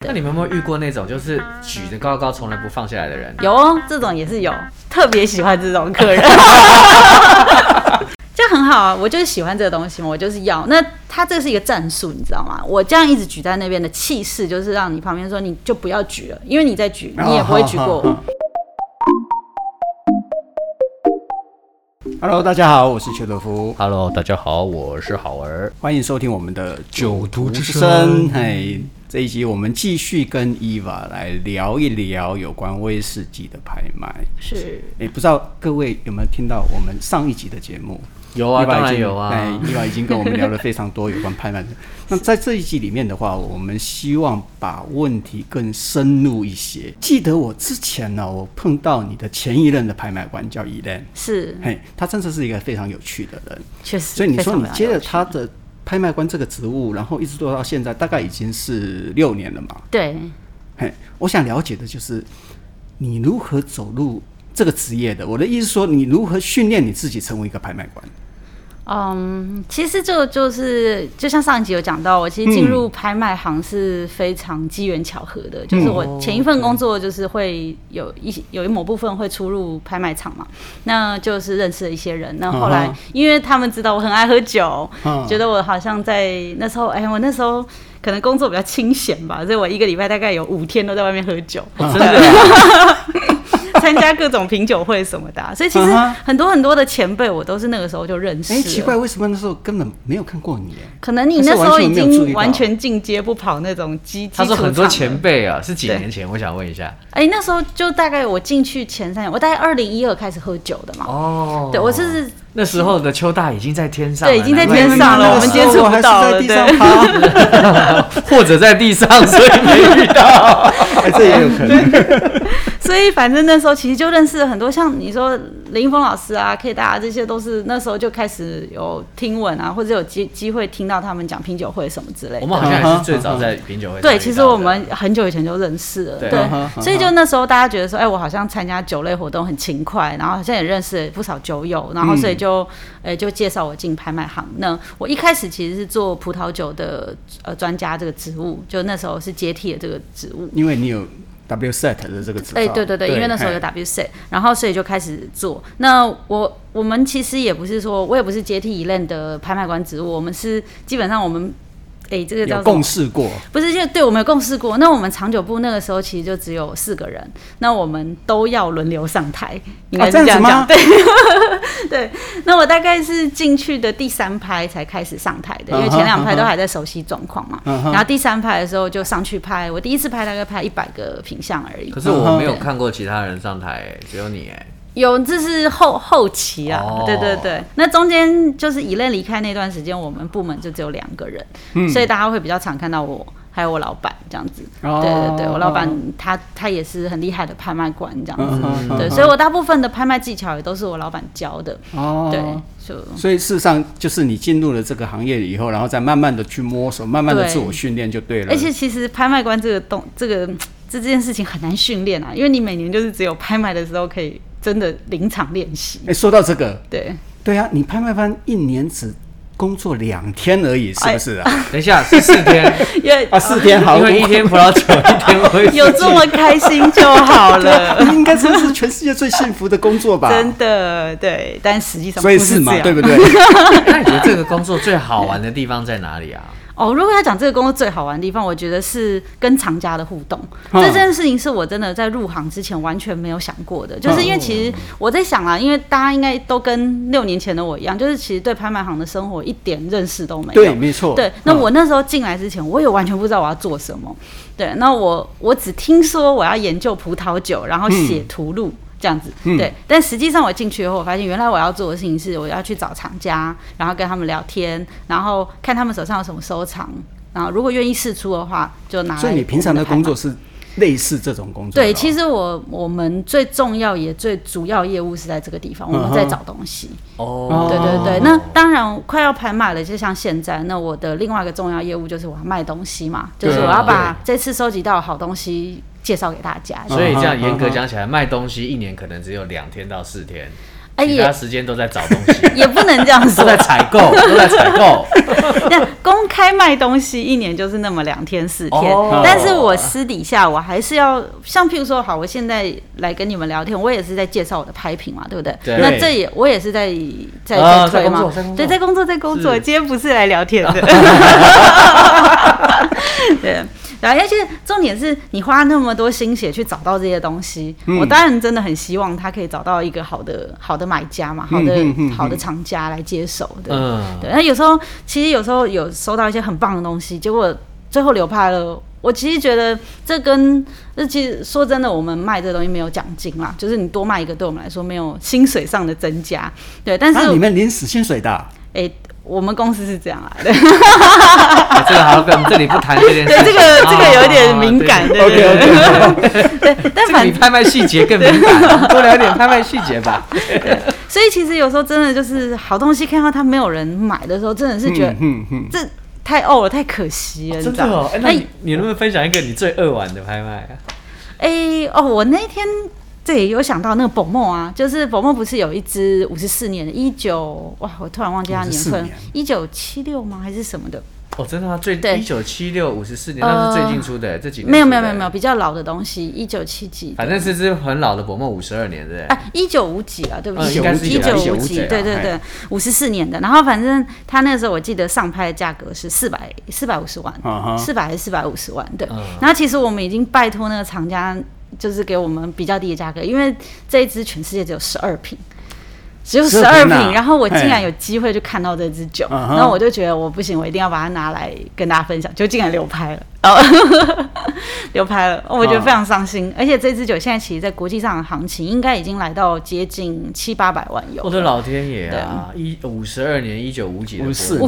那你们有没有遇过那种就是举得高高从来不放下来的人？ 有哦，这种也是有，特别喜欢这种客人。这样很好啊，我就是喜欢这个东西嘛，我就是要。那它这是一个战术，你知道吗？我这样一直举在那边的气势，就是让你旁边说你就不要举了，因为你在举，你也不会举过我。 Hello， 大家好，我是邱德福。 Hello， 大家好，我是好儿， 欢迎收听我们的酒徒之声。 这一集我们继续跟 Eva 来聊一聊有关威士忌的拍卖。 是， 不知道各位有没有听到我们上一集的节目？ 有啊，当然有啊。 Eva 已经跟我们聊了非常多有关拍卖的。那在这一集里面的话，我们希望把问题更深入一些。记得我之前呢，我碰到你的前一任的拍卖官叫 Elaine， 是， 他真的是一个非常有趣的人， 确实。 所以你说你接了他的拍卖官这个职务，然后一直做到现在，大概已经是6年了嘛？ 对。 我想了解的就是你如何走入这个职业的。我的意思说，你如何训练你自己成为一个拍卖官？ 其实就是就像上一集有讲到，我其实进入拍卖行是非常机缘巧合的，就是我前一份工作就是会有一某部分会出入拍卖场嘛，那就是认识了一些人，那后来因为他们知道我很爱喝酒，觉得我好像在那时候，我那时候可能工作比较清闲吧，所以我一个礼拜大概有5天都在外面喝酒， 真的。 参加各种品酒会什么的，所以其实很多的前辈我都是那个时候就认识了。 奇怪，为什么那时候根本没有看过你？ 可能你那时候已经完全进阶不跑那种基础。 他说很多前辈啊，是几年前？我想问一下。 那时候就大概我进去前3年，我大概2012开始喝酒的嘛。 哦， 对，我是那时候的邱大已经在天上了， 对，已经在天上了，我们接触不到了， 对， 或者在地上，所以没遇到， 这也有可能。 所以反正那时候其实就认识了很多，像你说林一峰老师啊、K 大啊，这些都是那时候就开始有听闻啊，或者有机会听到他们讲品酒会什么之类的。 我们好像也是最早在品酒会。 对，其实我们很久以前就认识了。对，所以就那时候大家觉得说，我好像参加酒类活动很勤快，然后好像也认识了不少酒友，然后所以就介绍我进拍卖行。那我一开始其实是做葡萄酒的专家这个职务，就那时候是接替了这个职务， 因为你有WSET 的这个执照。 对，因为那时候有 WSET， 然后所以就开始做。那我们其实也不是说，我也不是接替Elaine的拍卖官职务，我们是基本上我们这个叫有共事过，不是就对我们有共事过。那我们长酒部那个时候其实就只有4个人，那我们都要轮流上台，应该是这样讲。对对，那我大概是进去的第3拍才开始上台的，因为前2拍都还在熟悉状况嘛。然后第3拍的时候就上去拍，我第一次拍大概拍100个品项而已。 可是我没有看过其他人上台，只有你有，这是后期啊，对。那中间就是Elaine离开那段时间，我们部门就只有2个人，所以大家会比较常看到我，还有我老板这样子。对，我老板他也是很厉害的拍卖官这样子。对，所以我大部分的拍卖技巧也都是我老板教的。对， 所以事实上就是你进入了这个行业以后，然后再慢慢的去摸索，慢慢的自我训练就对了。 而且其实拍卖官这件事情很难训练啊，因为你每年就是只有拍卖的时候可以真的临场练习。 说到这个， 对啊，你拍卖班1年只工作2天而已，是不是啊？ 等一下是4天 ，4天好， 因为1天葡萄酒，1天威士忌， 有这么开心就好了。 应该真是全世界最幸福的工作吧？ 真的，对，但实际上所以是嘛，对不对？ 那你觉得这个工作最好玩的地方在哪里啊？ 如果要讲这个工作最好玩的地方，我觉得是跟厂家的互动。这件事情是我真的在入行之前完全没有想过的，就是因为其实我在想因为大家应该都跟6年前的我一样，就是其实对拍卖行的生活一点认识都没有。 对，没错。 对，那我那时候进来之前，我也完全不知道我要做什么。对，那我只听说我要研究葡萄酒，然后写图录。这样子，对，但实际上我进去以后，我发现原来我要做的事情是，我要去找厂家，然后跟他们聊天，然后看他们手上有什么收藏，然后如果愿意释出的话，就拿来。所以你平常的工作是类似这种工作？ 对，其实我们最重要也最主要业务是在这个地方，我们在找东西。对，那当然快要拍卖了，就像现在，那我的另外一个重要业务就是我要卖东西嘛，就是我要把这次收集到的好东西介绍给大家。 所以这样严格讲起来，卖东西1年可能只有2天到4天。 其他时间都在找东西， 也不能这样说， 都在采购，都在采购。 那公开卖东西一年就是那么2天4天，但是我私底下我还是要，像譬如说，好，我现在来跟你们聊天，我也是在介绍我的拍品嘛，对不对？ 对。 那我也是在推嘛，对，在工作，今天不是来聊天的。对。然后，而且重点是你花那么多心血去找到这些东西，我当然真的很希望他可以找到一个好的买家嘛，好的厂家来接手的。对。那有时候有收到一些很棒的东西，结果最后流拍了。我其实觉得其实说真的，我们卖这东西没有奖金啦，就是你多卖一个，对我们来说没有薪水上的增加。对，但是你们领死薪水的？ 我们公司是这样来的。 这个好像这里不谈这件事。 对，这个有点敏感。对，但反正比拍卖细节更敏感，多聊点拍卖细节吧。 所以其实有时候真的就是好东西看到它没有人买的时候，真的是觉得这太了，太可惜了。 真的哦。那你能不能分享一个你最扼腕的拍卖啊？ 我那天。对，有想到那个宝梦啊，就是宝梦不是有一支54年的我突然忘记它年份，1976吗？还是什么的？ 哦，真的吗？1976 54年，那是最近出的，这几年没有，比较老的东西，1970几。 反正是支很老的宝梦，52年的。 1950几啊，对不起， 应该是 1950几，对，54年的。然后反正他那时候我记得上拍的价格是450万，400还是450万，对。然后其实我们已经拜托那个厂家。就是给我们比较低的价格，因为这一支全世界只有12瓶，然后我竟然有机会就看到这支酒，然后我就觉得我不行，我一定要把它拿来跟大家分享，就竟然流拍了，我觉得非常伤心。而且这支酒现在其实在国际上的行情应该已经来到接近700-800万有。 我的老天爷啊！52年1950几的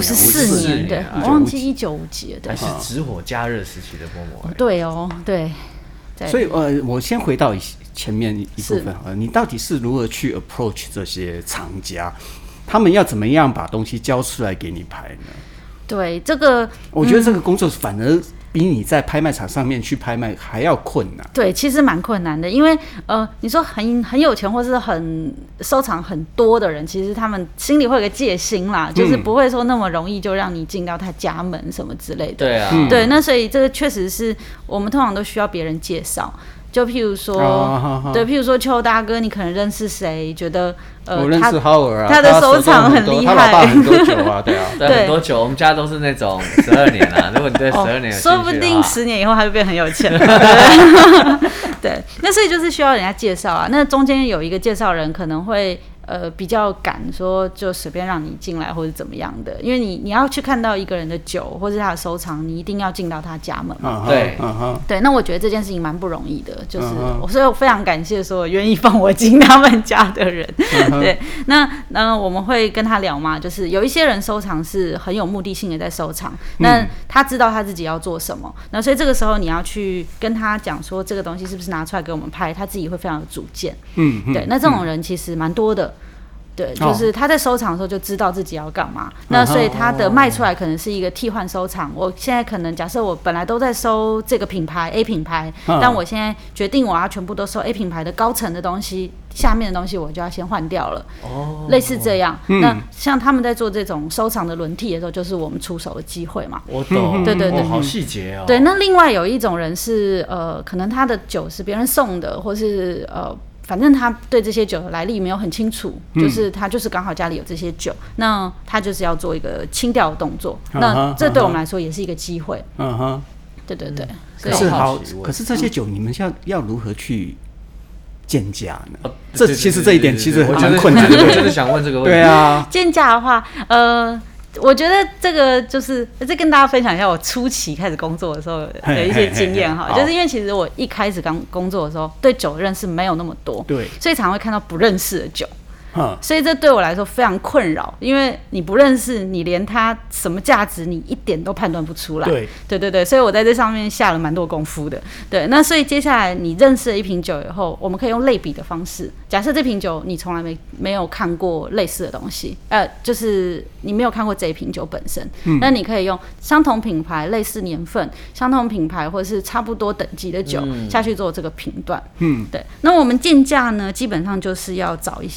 54年，对，我忘记1950几了，对， 还是直火加热时期的波摩。 对。 所以我先回到前面一部分你到底是如何去 approach 这些厂家，他们要怎么样把东西交出来给你拍呢？ 对，这个我觉得这个工作反而比你在拍卖场上面去拍卖还要困难。 对，其实蛮困难的，因为你说很有钱或是很收藏很多的人，其实他们心里会有个戒心啦，就是不会说那么容易就让你进到他家门什么之类的。 对啊， 对，那所以这个确实是我们通常都需要别人介绍。就譬如说，对，譬如说邱大哥，你可能认识谁？觉得我认识浩尔啊， 他的收藏很厉害， 他老爸很多酒啊，对啊， 对，很多酒，我们家都是那种12年啊。如果你对12年有兴趣的话， 说不定10年以后他就变很有钱了。对，那所以就是需要人家介绍啊。那中间有一个介绍人可能会。比较敢说就随便让你进来或者怎么样的，因为你要去看到一个人的酒或是他的收藏，你一定要进到他家门嘛。对，那我觉得这件事情蛮不容易的，就是所以我非常感谢所有愿意放我进他们家的人。对，那我们会跟他聊嘛，就是有一些人收藏是很有目的性的在收藏，那他知道他自己要做什么，那所以这个时候你要去跟他讲说这个东西是不是拿出来给我们拍，他自己会非常有主见。对，那这种人其实蛮多的。对，就是他在收藏的时候就知道自己要干嘛，那所以他的卖出来可能是一个替换收藏。我现在可能假设我本来都在收这个品牌 A 品牌，但我现在决定我要全部都收 A 品牌的高层的东西，下面的东西我就要先换掉了。类似这样。那像他们在做这种收藏的轮替的时候，就是我们出手的机会嘛。 我懂。 对， 好细节哦。 对，那另外有一种人是可能他的酒是别人送的，或是反正他对这些酒的来历没有很清楚，就是他就是刚好家里有这些酒，那他就是要做一个清掉的动作，那这对我们来说也是一个机会。对。 可是这些酒你们要如何去鉴价呢？其实这一点其实蛮困难的。 我就是想问这个问题。 对啊， 鉴价的话，我觉得这个就是再跟大家分享一下我初期开始工作的时候的一些经验哈，就是因为其实我一开始刚工作的时候对酒的认识没有那么多， 对， 所以常会看到不认识的酒。所以这对我来说非常困扰，因为你不认识，你连它什么价值你一点都判断不出来。对，所以我在这上面下了蛮多功夫的。对，那所以接下来你认识了一瓶酒以后，我们可以用类比的方式，假设这瓶酒你从来没有看过类似的东西，就是你没有看过这一瓶酒本身，那你可以用相同品牌、类似年份、相同品牌或者是差不多等级的酒下去做这个评断。对，那我们鉴价呢，基本上就是要找一些历史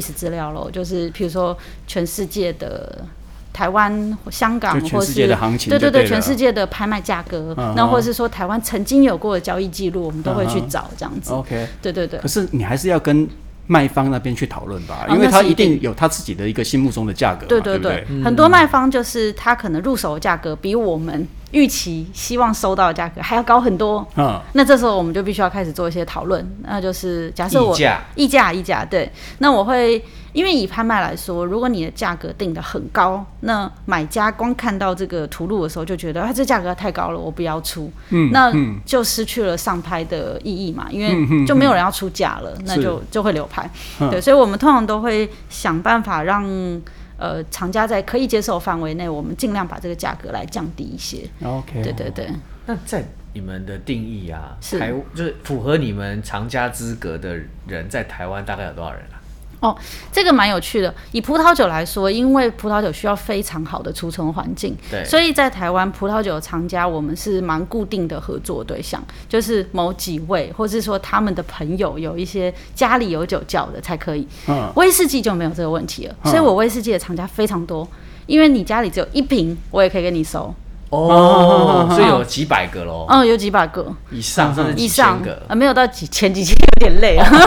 史资料咯，就是譬如说全世界的台湾、香港，或是对全世界的拍卖价格，那或者是说台湾曾经有过的交易记录，我们都会去找这样子。 OK， 对。 可是你还是要跟卖方那边去讨论吧，因为他一定有他自己的一个心目中的价格嘛，对不对？ 很多卖方就是他可能入手的价格比我们预期希望收到的价格还要高很多，那这时候我们就必须要开始做一些讨论，那就是假设我议价，对，那我会。因为以拍卖来说，如果你的价格定得很高，那买家光看到这个图录的时候就觉得这价格太高了，我不要出，那就失去了上拍的意义嘛，因为就没有人要出价了，那就会流拍。对，所以我们通常都会想办法让厂家在可以接受范围内，我们尽量把这个价格来降低一些。 OK， 对。 那在你们的定义啊，就是符合你们厂家资格的人，在台湾大概有多少人啊？ 这个蛮有趣的。以葡萄酒来说，因为葡萄酒需要非常好的储存环境，对，所以在台湾葡萄酒厂家我们是蛮固定的合作对象，就是某几位，或是说他们的朋友有一些家里有酒窖的才可以。威士忌就没有这个问题了，所以我威士忌的厂家非常多，因为你家里只有1瓶，我也可以给你收。 所以有几百个咯。 有几百个以上，甚至几千个没有到几千，有点累啊。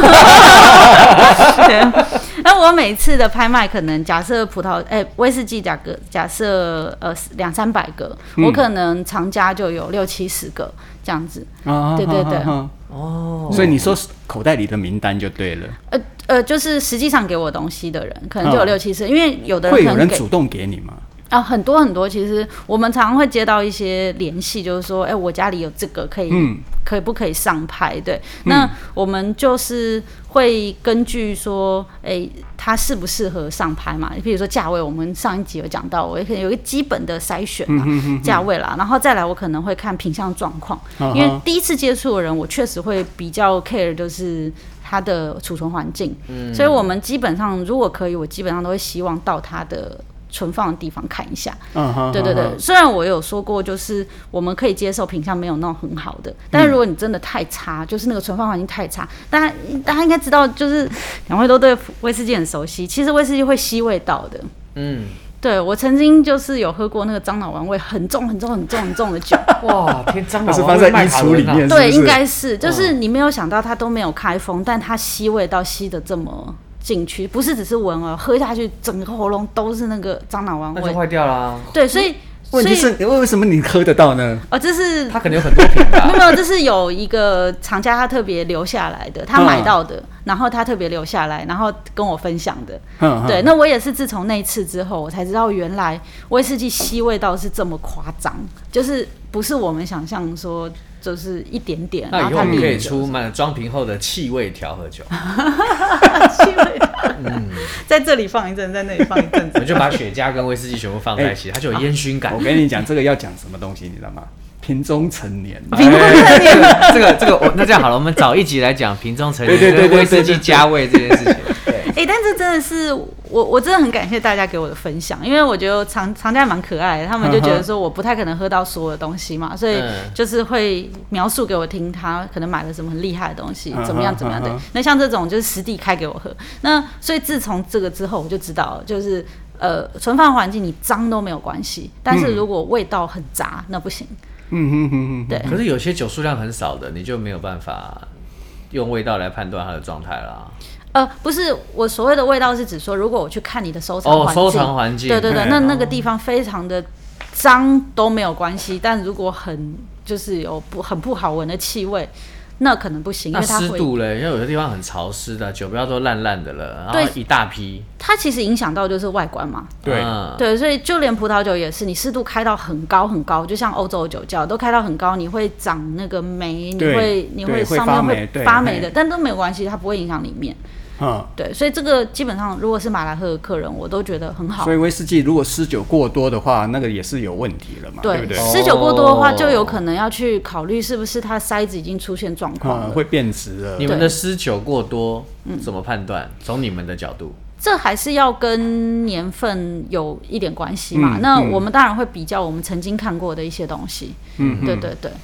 那我每次的拍卖，可能假设威士忌假设200-300个，我可能厂家就有60-70个这样子。对。 所以你说口袋里的名单就对了。 就是实际上给我东西的人，可能就有60-70，因为有的人会有人主动给你吗？ 很多很多，其实我们常常会接到一些联系，就是说，我家里有这个，可不可以上拍？对，那我们就是会根据说，它适不适合上拍嘛？比如说价位，我们上一集有讲到，我可能有一个基本的筛选价位啦，然后再来我可能会看品相状况，因为第一次接触的人，我确实会比较 care 就是它的储存环境，所以我们基本上如果可以，我基本上都会希望到它的存放的地方看一下。对。虽然我有说过，就是我们可以接受品相没有那种很好的，但是如果你真的太差，就是那个存放环境太差，大家应该知道，就是两位都对威士忌很熟悉，其实威士忌会吸味道的。对，我曾经就是有喝过那个樟脑丸味很重的酒。 哇，天，樟脑丸是放在衣橱里面， 对，应该是，就是你没有想到它都没有开封，但它吸味道吸得这么进去，不是只是闻喝下去整个喉咙都是那个樟脑丸味， 那就坏掉啦。 对，所以问题是为什么你喝得到呢？ 这是他可能有很多瓶吧。 没有，这是有一个厂家他特别留下来的，他买到的，然后他特别留下来，然后跟我分享的。对，那我也是自从那一次之后，我才知道原来威士忌吸味道是这么夸张，就是不是我们想象说就是一点点。 那以后我们可以出装瓶后的气味调和酒。 气味在这里放一阵，在那里放一阵子， 我们就把雪茄跟威士忌全部放在一起，它就有烟熏感。 我跟你讲，这个要讲什么东西，你知道吗？瓶中陈年。 这个那这样好了，我们早一集来讲瓶中陈年跟威士忌加味这件事情。 但这真的是我真的很感谢大家给我的分享，因为我觉得厂家蛮可爱的，他们就觉得说我不太可能喝到所有的东西嘛，所以就是会描述给我听他可能买了什么很厉害的东西，怎么样的。那像这种就是实地开给我喝，那所以自从这个之后我就知道了，就是存放环境你脏都没有关系，但是如果味道很杂那不行。对。 可是有些酒数量很少的，你就没有办法用味道来判断它的状态啦。 不是，我所谓的味道是指说，如果我去看你的收藏环境， 收藏环境， 对，那个地方非常的脏都没有关系，但如果就是有很不好闻的气味，那可能不行，因为它会。 那湿度嘞，因为有些地方很潮湿的，酒标都烂烂的了，然后一大批。它其实影响到就是外观嘛。 对， 所以就连葡萄酒也是，你湿度开到很高很高，就像欧洲的酒窖都开到很高，你会长那个霉，你会上面会发霉的，但都没有关系，它不会影响里面。对，所以这个基本上如果是买来喝的客人，我都觉得很好。 所以威士忌如果湿酒过多的话，那个也是有问题了嘛，对不对？ 湿酒过多的话，就有可能要去考虑是不是它塞子已经出现状况了， 会变质了。 你们的湿酒过多怎么判断？从你们的角度， 这还是要跟年份有一点关系嘛。那我们当然会比较我们曾经看过的一些东西。对。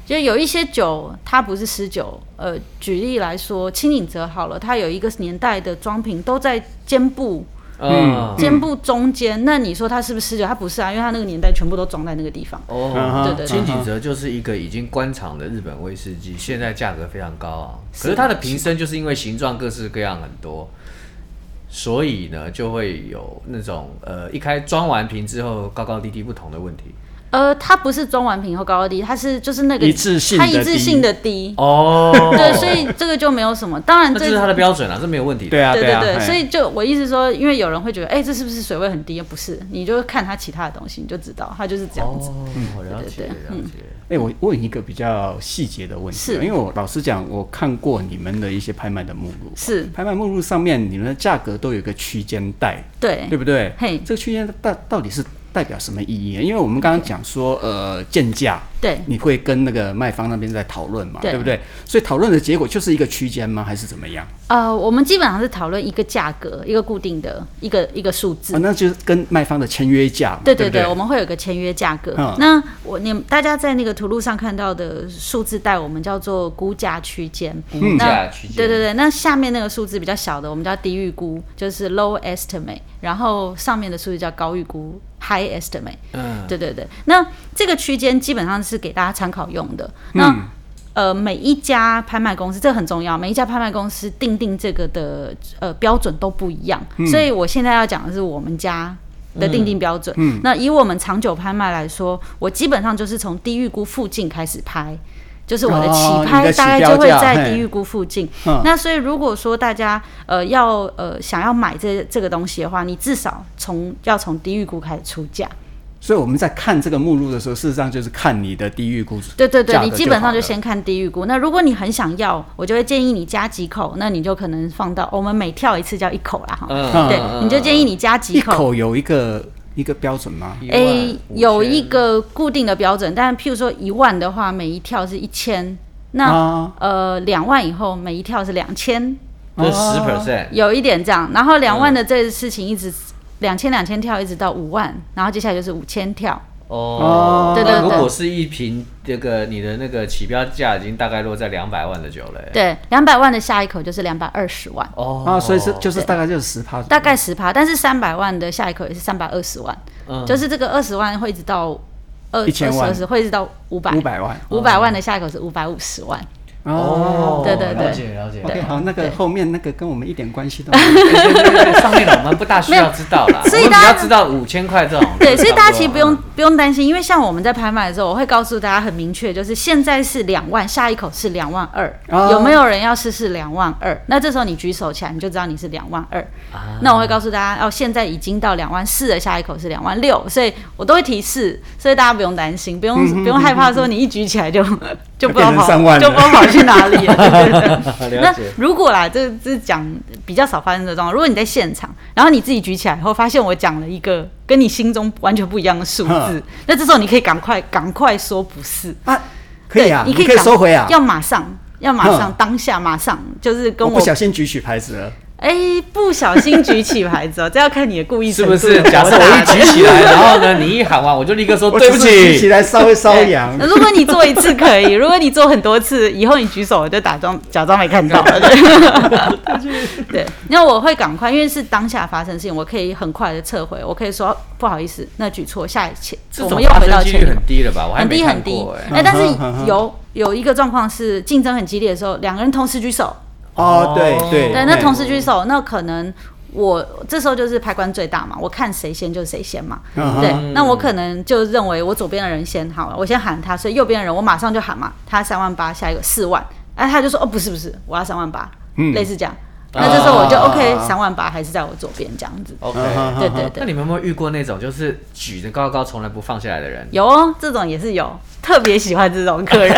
就有一些酒它不是湿酒，举例来说，清景泽好了，它有一个年代的装瓶都在肩部。肩部中间，那你说它是不是湿酒？它不是啊，因为它那个年代全部都装在那个地方。对对， 清景泽就是一个已经关厂的日本威士忌，现在价格非常高啊。可是它的瓶身就是因为形状各式各样很多，所以呢就会有那种一开装完瓶之后高高低低不同的问题。 它不是装完瓶后高高低，它是就是那个一致性的低对， 所以这个就没有什么。当然， 这是它的标准啊，这没有问题的。 对，所以就我意思说，因为有人会觉得，这是不是水位很低？不是，你就看它其他的东西，你就知道它就是这样子。 我了解了解。 我问一个比较细节的问题，因为我老实讲，我看过你们的一些拍卖的目录， 是拍卖目录上面你们的价格都有一个区间带，对不对？这个区间到底是代表什么意义？因为我们刚刚讲说，建价， 对， 你会跟那个卖方那边在讨论嘛，对不对？所以讨论的结果就是一个区间吗？还是怎么样？ 我们基本上是讨论一个价格，一个固定的一个数字， 那就是跟卖方的签约价嘛。 对，我们会有个签约价格。那大家在那个图录上看到的数字带，我们叫做估价区间。 估价区间， 对，那下面那个数字比较小的，我们叫低预估，就是 low estimate， 然后上面的数字叫高预估。High estimate， 对，那这个区间基本上是给大家参考用的。那每一家拍卖公司，这个很重要，每一家拍卖公司定这个的标准都不一样，所以我现在要讲的是我们家的定标准。那以我们长久拍卖来说，我基本上就是从低预估附近开始拍。就是我的起拍大概就会在低预估附近，那所以如果说大家想要买这个东西的话，你至少要从低预估开始出价。 所以我们在看这个目录的时候，事实上就是看你的低预估。 对，你基本上就先看低预估。那如果你很想要，我就会建议你加几口，那你就可能放到我们每跳一次叫1口啦哈。对，你就建议你加几口。 1口有一个标准吗？ 有一个固定的标准，但譬如说1万的话，每一跳是1000，那2万以后每一跳是2000， 就10%， 有一点这样。然后2万的这个事情一直2000跳一直到5万，然后接下来就是5000跳。对。 如果是一瓶这个你的那个起标价已经大概落在200万的酒了。 对，200万的下一口就是220万。 所以就是大概就是10%， 大概10%，但是300万的下一口也是320万，就是这个20万会一直到 1000万， 会一直到500万，500万的下一口是550万。对， 了解。 OK， 好，那个后面那个跟我们一点关系都没有。 对，上面的我们不大需要知道啦，所以大家只要知道5000块这种。 对，所以大家其实不用担心，因为像我们在拍卖的时候，我会告诉大家很明确，就是现在是2万，下一口是22000，有没有人要试22000？那这时候你举手起来，你就知道你是22000。那我会告诉大家，现在已经到24000了，下一口是26000，所以我都会提示，所以大家不用担心，不用害怕说你一举起来就不知道跑去哪里了。对。那如果啦，这是讲比较少发生的状况。如果你在现场，然后你自己举起来后，发现我讲了一个跟你心中完全不一样的数字，那这时候你可以赶快说不是啊， 可以啊， 你可以收回啊， 要马上当下马上就是跟我不小心举起牌子了。 不小心举起牌子这要看你的故意程度。 是不是？假设我一举起来，然后呢，你一喊完，我就立刻说对不起。 举起来稍微瘙痒。 如果你做一次可以，如果你做很多次，以后你举手我就假装没看到了。对，那我会赶快，因为是当下发生的事情，我可以很快的撤回，我可以说不好意思，那举错，下一次我们又回到前面。 很低了吧？我还没看过但是有一个状况是竞争很激烈的时候，两个人同时举手。 对， 那同时举手，那可能我这时候就是拍官最大嘛，我看谁先就谁先嘛。对，那我可能就认为我左边的人先好了，我先喊他，所以右边的人我马上就喊嘛，他38000，下一个4万，他就说不是，我要38000，类似这样。那这时候我就 OK，38000还是在我左边这样子。 OK， 对。 那你们有没有遇过那种就是举得高高从来不放下来的人？ 有这种也是有，特别喜欢这种客人。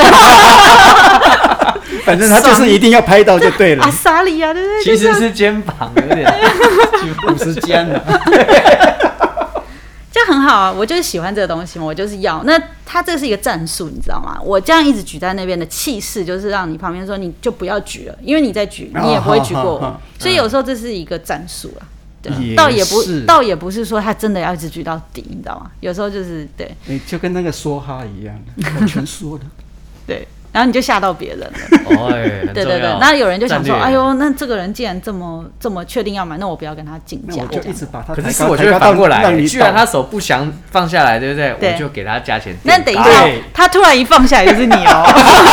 反正他就是一定要拍到就对了。 沙里啊，对不对？ 其实是肩膀有点50肩了。 这样很好啊，我就是喜欢这个东西，我就是要。那它这是一个战术，你知道吗？我这样一直举在那边的气势，就是让你旁边说你就不要举了，因为你在举，你也不会举过我。所以有时候这是一个战术啊。对，倒也不是说他真的要一直举到底，你知道吗？有时候就是对， 就跟那个梭哈一样，我全说了。 对。然后你就吓到别人了，对对对。那有人就想说，哎呦，那这个人既然这么确定要买，那我不要跟他竞价， 我就一直把他。 可是我觉得反过来，居然他手不想放下来，对不对？我就给他加钱。 那等一下，他突然一放下来就是你哦。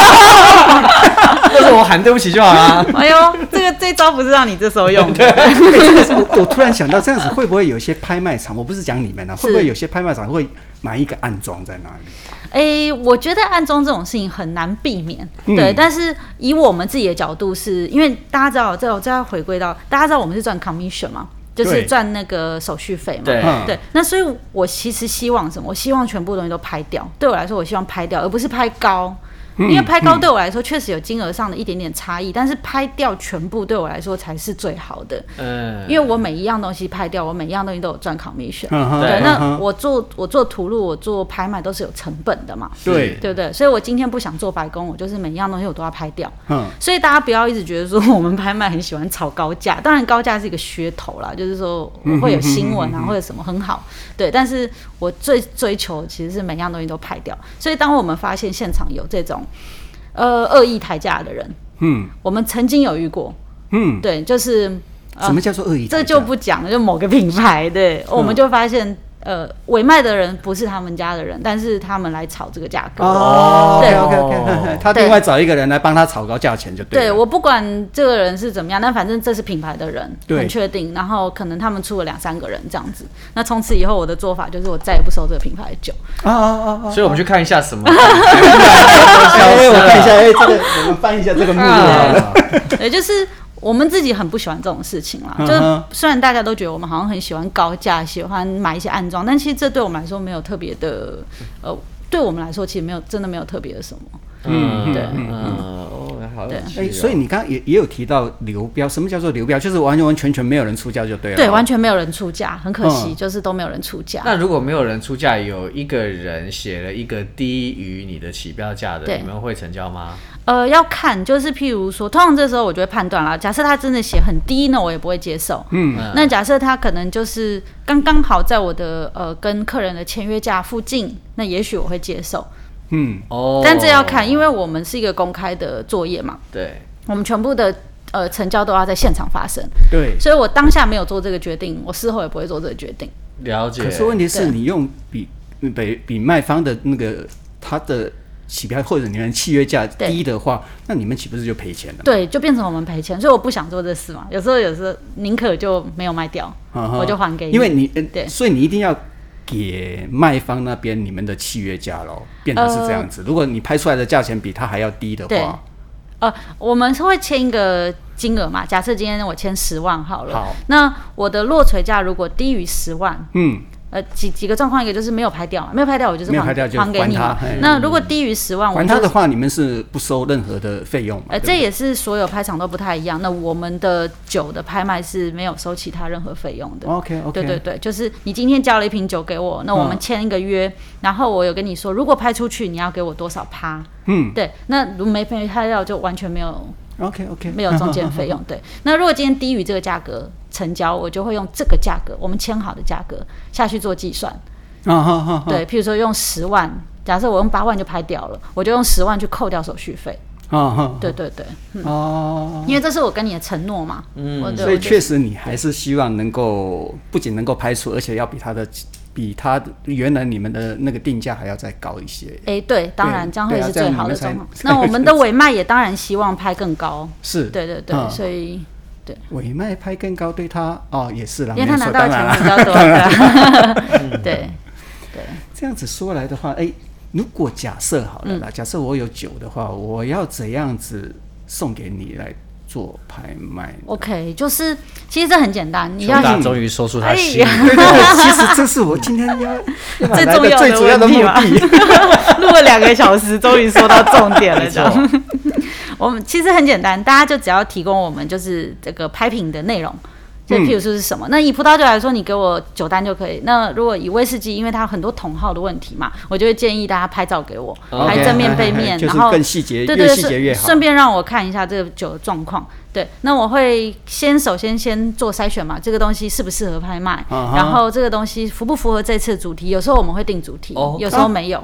但是我喊对不起就好了。 哎呦，这招不是让你这时候用的。 我突然想到，这样子会不会有一些拍卖场？我不是讲你们啊，会不会有些拍卖场会买一个暗装在那里？ 我觉得暗装这种事情很难避免，对。但是以我们自己的角度是，因为大家知道，这要回归到大家知道我们是赚 commission 嘛，就是赚那个手续费嘛，对。那所以我其实希望什么？我希望全部东西都拍掉。对我来说，我希望拍掉，而不是拍高。因为拍高对我来说确实有金额上的一点点差异，但是拍掉全部对我来说才是最好的。因为我每一样东西拍掉，我每一样东西都有赚 commission。对，那我做图录，我做拍卖都是有成本的嘛。 对， 对不对？所以我今天不想做白工，我就是每一样东西我都要拍掉。所以大家不要一直觉得说我们拍卖很喜欢炒高价，当然高价是一个噱头啦，就是说会有新闻啊或者什么很好。对，但是我最追求其实是每样东西都拍掉。所以当我们发现现场有这种恶意抬价的人，我们曾经有遇过，对，就是什么叫做恶意抬价？ 这就不讲了，就某个品牌，对，我们就发现。委卖的人不是他们家的人，但是他们来炒这个价格。 对 ，OK， 他另外找一个人来帮他炒高价钱就对了。 对，我不管这个人是怎么样，但反正这是品牌的人，很确定。然后可能他们出了2-3个人这样子。那从此以后，我的做法就是我再也不收这个品牌的酒。 所以我们去看一下什么。 我看一下，这个我们翻一下这个目录好了。 对，就是。我们自己很不喜欢这种事情啦，就是虽然大家都觉得我们好像很喜欢高价，喜欢买一些暗装，但其实这对我们来说没有特别的，对我们来说其实真的没有特别的什么。对， 好有趣。 所以你刚刚也有提到流标，什么叫做流标？就是完全没有人出价就对了。 对，完全没有人出价，很可惜，就是都没有人出价。 那如果没有人出价，有一个人写了一个低于你的起标价的，你们会成交吗？ 要看，就是譬如说，通常这时候我就会判断啦。假设他真的写很低呢，我也不会接受。那假设他可能就是刚刚好在我的跟客人的签约价附近，那也许我会接受。但这要看，因为我们是一个公开的作业嘛。 对， 我们全部的成交都要在现场发生。 对， 所以我当下没有做这个决定，我事后也不会做这个决定。 了解。 可是问题是你用比卖方的那个他的起标或者你们契约价低的话，那你们岂不是就赔钱了？ 对，就变成我们赔钱，所以我不想做这事嘛。有时候宁可就没有卖掉，我就还给你。 因为你所以你一定要给卖方那边你们的契约价咯，变成是这样子。如果你拍出来的价钱比他还要低的话， 我们是会签一个金额嘛。假设今天我签10万好了， 好， 那我的落槌价如果低于10万，几个状况，一个就是没有拍掉嘛，没有拍掉我就是还给你嘛。那如果低于10万， 还他的话，你们是不收任何的费用嘛？ 这也是所有拍场都不太一样。那我们的酒的拍卖是没有收其他任何费用的。 OK， 对，就是你今天交了一瓶酒给我，那我们签一个约，然后我有跟你说，如果拍出去你要给我多少趴？对，那如果没拍掉就完全没有。 OK， 没有中间费用。对，那如果今天低于这个价格成交，我就会用这个价格，我们签好的价格下去做计算。对，譬如说用10万，假设我用8万就拍掉了，我就用10万去扣掉手续费。对，因为这是我跟你的承诺嘛。 所以确实你还是希望能够不仅能够拍出，而且要比他原来你们的那个定价还要再高一些。 对，当然这样会是最好的状况。那我们的委卖也当然希望拍更高。 是， 对，所以对委卖拍更高，对他也是啦， 因为他拿到的钱比较多的。对。 这样子说来的话，如果假设好了啦，假设我有酒的话，我要怎样子送给你来做拍卖 ？OK， 就是其实这很简单，你要终于说出他心里。 对，其实这是我今天要最重要的目的。录了2个小时，终于说到重点了，这样。我们其实很简单，大家就只要提供我们就是这个拍品的内容。就譬如说是什么？那以葡萄酒来说，你给我酒单就可以。那如果以威士忌，因为它有很多桶号的问题嘛，我就会建议大家拍照给我，拍正面、背面，然后更细节， 对， 越细节越好。 顺便让我看一下这个酒的状况。对，那我会首先做筛选嘛，这个东西适不适合拍卖，然后这个东西符不符合这次的主题？有时候我们会定主题，有时候没有。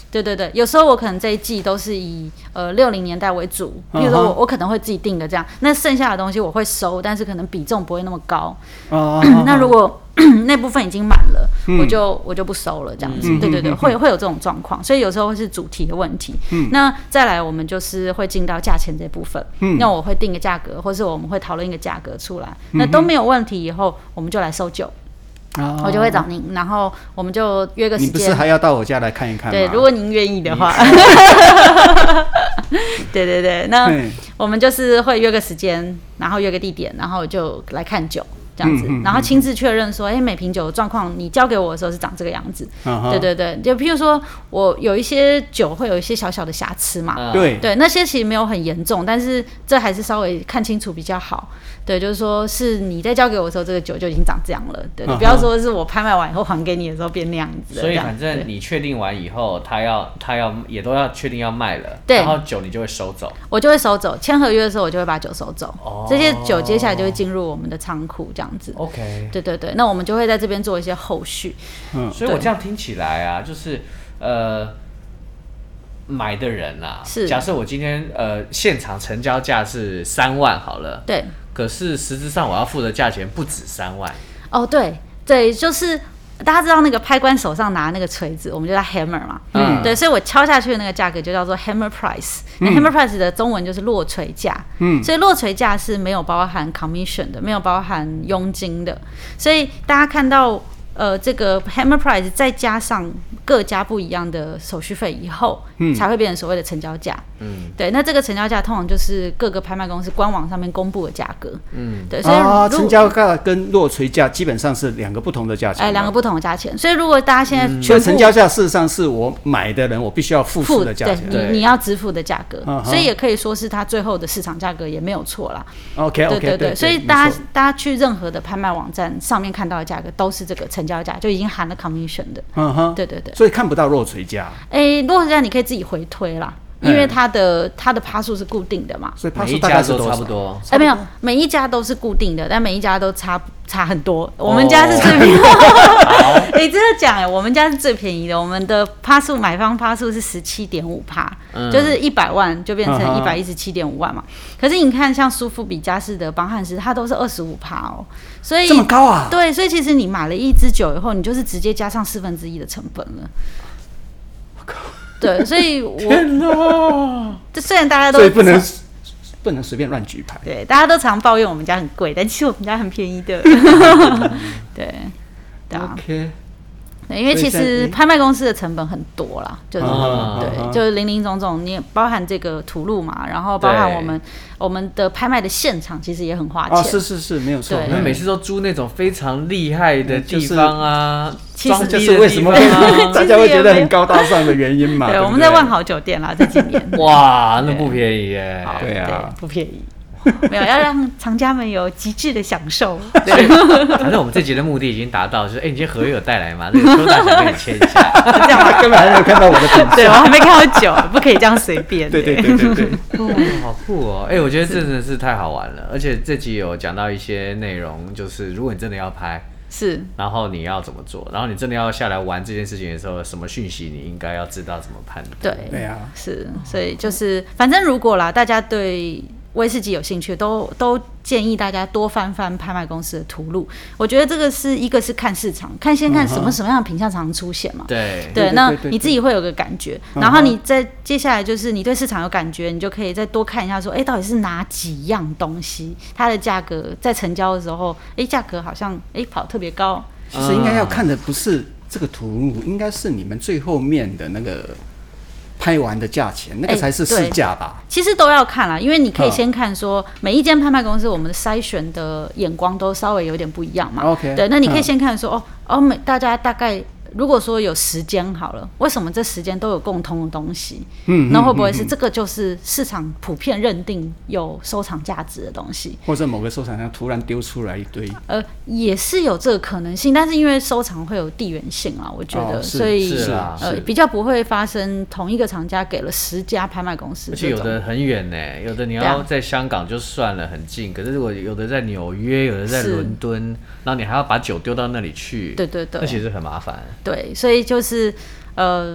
对对对，有时候我可能这一季都是以60年代为主，比如说我可能会自己定的这样，那剩下的东西我会收，但是可能比重不会那么高。那如果那部分已经满了，我就不收了，这样子。对对对，会有这种状况，所以有时候会是主题的问题。那再来，我们就是会进到价钱这部分。那我会定个价格，或是我们会讨论一个价格出来，那都没有问题以后，我们就来收酒。我就会找您，然后我们就约个时间。 你不是还要到我家来看一看吗？ 对，如果您愿意的话。对对对，那我们就是会约个时间，然后约个地点，然后就来看酒。这样子，然后亲自确认说，每瓶酒的状况你交给我的时候是长这个样子。对对对，就譬如说我有一些酒会有一些小小的瑕疵嘛，对，那些其实没有很严重，但是这还是稍微看清楚比较好。对，就是说是你在交给我的时候，这个酒就已经长这样了。对，不要说是我拍卖完以后还给你的时候变那样子。 所以反正你确定完以后，他要也都要确定要卖了， 对， 然后酒你就会收走， 我就会收走。签合约的时候，我就会把酒收走。这些酒接下来就会进入我们的仓库，这样子。 OK， 对对对，那我们就会在这边做一些后续。 所以我这样听起来啊，就是买的人啊， 是假设我今天现场成交价是3万好了， 对， 可是实质上我要付的价钱不止3万。 对对，就是大家知道那个拍官手上拿那个锤子，我们就叫 hammer 嘛，对，所以我敲下去的那个价格就叫做 hammer price。那 hammer price 的中文就是落锤价，所以落锤价是没有包含 commission 的，没有包含佣金的，所以大家看到这个 hammer price 再加上各家不一样的手续费以后，才会变成所谓的成交价。对，那这个成交价通常就是各个拍卖公司官网上面公布的价格。对，所以成交价跟落锤价基本上是2个不同的价钱。 2个不同的价钱。所以如果大家现在所以成交价事实上是我买的人我必须要付出的价钱， 对，你要支付的价格，所以也可以说是它最后的市场价格也没有错啦。 OK， 对对对，所以大家去任何的拍卖网站上面看到的价格都是这个成交价，就已经含了 commission 的。对对对， 所以看不到落锤价。 落锤价你可以自己回推啦。因为它的趴数是固定的嘛， 所以趴数大概是差不多。 没有，每一家都是固定的，但每一家都差很多。我们家是最便宜。真的讲我们家是最便宜的。我们的趴数买方趴数是17.5%，就是100万就变成117.5万嘛。可是你看，像苏富比、佳士得、邦汉斯，它都是25%哦，所以这么高啊？ 对，所以其实你买了一支酒以后，你就是直接加上1/4的成本了。对，所以虽然大家都所以不能随便乱举牌。 对，大家都常抱怨我们家很贵，但其实我们家很便宜的。对啊。 OK。 因为其实拍卖公司的成本很多啦，就是对，就是林林总总，你也包含这个土路嘛，然后包含我们的拍卖的现场，其实也很花钱。 是没有错。 我们每次都租那种非常厉害的地方啊， 其实就是为什么大家会觉得很高大上的原因嘛。 对，我们在万豪酒店啦，这几年。 哇，那不便宜耶。 对啊， 不便宜。没有，要让藏家们有极致的享受。 对，反正我们这集的目的已经达到，就是你今天合约有带来吗？那个邱大想跟你签一下。 这样他根本还没有看到我的品相。 对，我还没看到酒，不可以这样随便。 对。 好酷哦！我觉得真的是太好玩了，而且这集有讲到一些内容，就是如果你真的要拍。 是， 然后你要怎么做？然后你真的要下来玩这件事情的时候，什么讯息你应该要知道怎么判断？ 对啊， 是，所以就是反正如果啦，大家对威士忌有兴趣，都建议大家多翻翻拍卖公司的图录。我觉得这个是一个是看市场，先看什么样的品相常出现嘛。对，那你自己会有个感觉，然后你再接下来就是你对市场有感觉，你就可以再多看一下说，到底是哪几样东西，它的价格在成交的时候，价格好像跑特别高。 其实应该要看的不是这个图录，应该是你们最后面的那个。拍完的价钱，那个才是市价吧？ 其实都要看啦，因为你可以先看说每一间拍卖公司，我们的筛选的眼光都稍微有点不一样嘛。 OK， 对，那你可以先看说大家大概如果说有10间好了，为什么这10间都有共通的东西？那会不会是这个就是市场普遍认定有收藏价值的东西， 或者某个收藏家突然丢出来一堆？ 也是有这个可能性，但是因为收藏会有地缘性啊，我觉得，所以比较不会发生同一个厂家给了10家拍卖公司， 而且有的很远呢，有的你要在香港就算了，很近，可是如果有的在纽约，有的在伦敦，然后你还要把酒丢到那里去， 对， 那其实很麻烦。 对，所以就是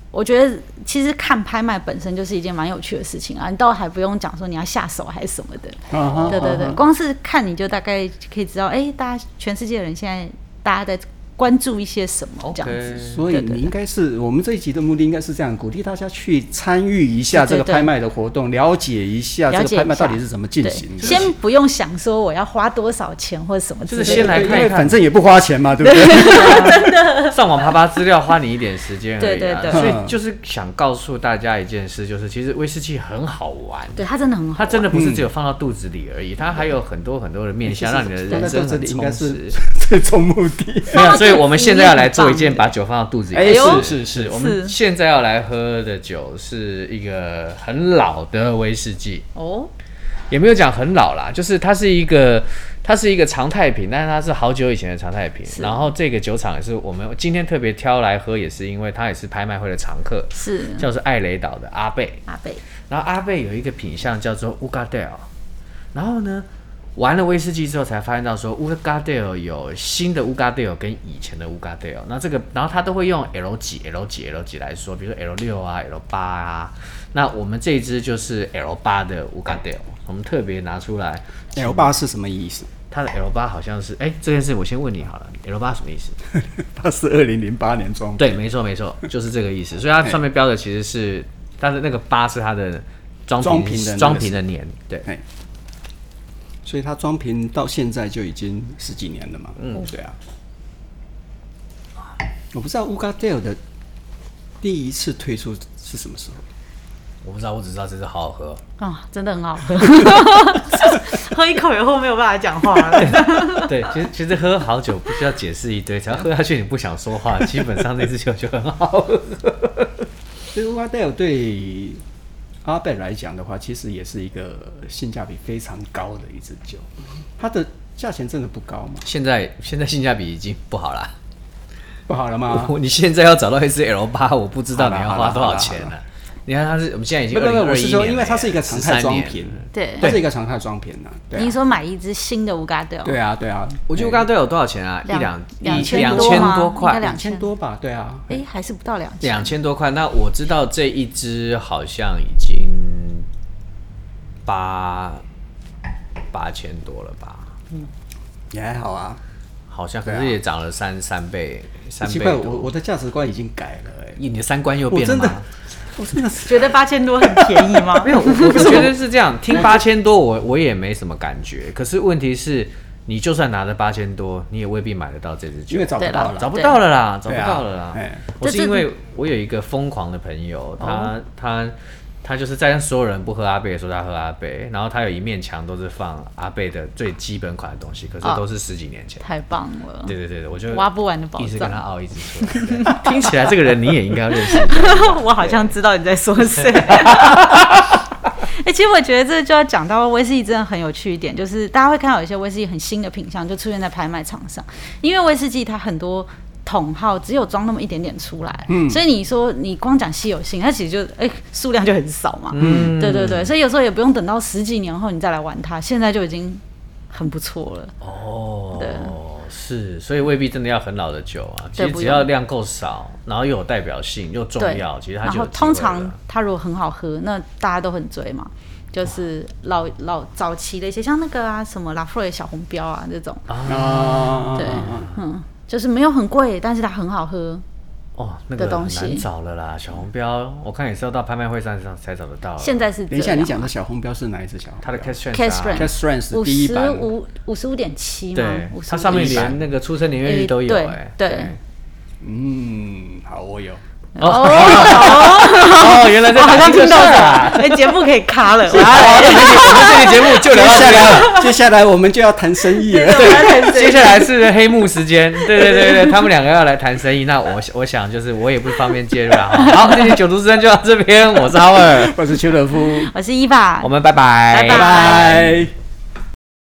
我觉得其实看拍卖本身就是一件蛮有趣的事情啊，你倒还不用讲说你要下手还是什么的。对对对，光是看你就大概可以知道，大家全世界的人现在大家在关注一些什么这样子。 所以你应该是我们这一集的目的应该是这样，鼓励大家去参与一下这个拍卖的活动，了解一下这个拍卖到底是怎么进行的。 先不用想说我要花多少钱或者什么之类的， 就是先来看一看， 因为反正也不花钱嘛，对不对？ 真的， 上网爬资料花你一点时间而已。 对。 所以就是想告诉大家一件事，就是其实威士忌很好玩。 对，它真的很好玩， 它真的不是只有放到肚子里而已，它还有很多很多的面向，让你的人生很充实。 最终目的。 所以我们现在要来做一件把酒放到肚子里。是，我们现在要来喝的酒是一个很老的威士忌哦，也没有讲很老啦，就是它是一个常态品，但是它是好久以前的常态品。然后这个酒厂也是我们今天特别挑来喝，也是因为它也是拍卖会的常客， 是叫做艾雷岛的阿贝。然后阿贝有一个品项叫做乌加戴尔，然后呢，玩了威士忌之后才发现到说乌加戴尔有新的乌加戴尔跟以前的乌加戴尔，那这个然后他都会用 L 几来说，比如说 L6啊 L8啊，那我们这一支就是 L8的乌加戴尔，我们特别拿出来。 L8是什么意思？ 它的 L8 好像是这件事我先问你好了， L8 什么意思？ 它是2008年装对，没错，就是这个意思。所以它上面标的其实是它的那个8是它的装瓶的年，对。 所以它装瓶到现在就已经10几年了嘛。对啊。我不知道乌加戴尔的第一次推出是什么时候。 我不知道，我只知道这支好好喝啊，真的很好喝。喝一口以后没有办法讲话了。 对，其实喝好酒不需要解释一堆，只要喝下去你不想说话，基本上那支酒就很好喝。 所以乌加戴尔对阿贝来讲的话，其实也是一个性价比非常高的一支酒。它的价钱真的不高吗？ 现在性价比已经不好了。 不好了吗？ 你现在要找到一支 L8， 我不知道你要花多少钱了。你看我们现在已经2021 我是说，因为它是一个常态装瓶， 对，它是一个常态装瓶呢。 你说买一支新的乌加戴尔？ 对啊。 我觉得乌加戴尔有多少钱啊 ？2000 多块 ，2000多吧？对啊。 还是不到 2000多块。那我知道这一支好像已经8000多了吧？ 也还好啊。 好像，可是也涨了三倍奇怪，我的价值观已经改了你的三观又变了吗？ 我真的是觉得8000多很便宜吗？ 没有，我觉得是这样。听8000多，我也没什么感觉。可是问题是，你就算拿着8000多，你也未必买得到这支酒， 因为找不到了啦。我是因为我有一个疯狂的朋友，他就是在所有人不喝阿贝的时候，他喝阿贝，然后他有一面墙都是放阿贝的最基本款的东西，可是都是10几年前。 太棒了！ 对，我就挖不完的宝藏， 一直跟他熬，一直说。听起来这个人你也应该要认识。 我好像知道你在说谁。其实我觉得这就要讲到威士忌真的很有趣一点，就是大家会看到有一些威士忌很新的品项就出现在拍卖场上，因为威士忌它很多桶号只有装那么一点点出来，所以你说你光讲稀有性，它其实就数量就很少嘛。对，所以有时候也不用等到10几年后你再来玩它，现在就已经很不错了。对， 是，所以未必真的要很老的酒啊，其实只要量够少，然后又有代表性又重要，其实它就有机会了。然后通常它如果很好喝，那大家都很追嘛。就是老早期的一些像那个什么拉弗瑞小红标啊这种对，就是没有很贵，但是它很好喝。 那个很难找了啦，小红标我看也是要到拍卖会上才找得到。 现在是等一下，你讲的小红标是哪一只小红标？ 它的 Cask Strength 第一版 55.7吗？ 对，它上面连那个出生年月日都有对， 好，我有。 原来好像听到了，节目可以卡了。我们这个节目就聊到这个，接下来我们就要谈生意了。 对，接下来是黑幕时间。对，他们两个要来谈生意。那我想就是我也不方便介入了。好，这期酒徒之声就到这边。我是哈尔， 我是邱德夫， 我是伊爸， 我们拜拜。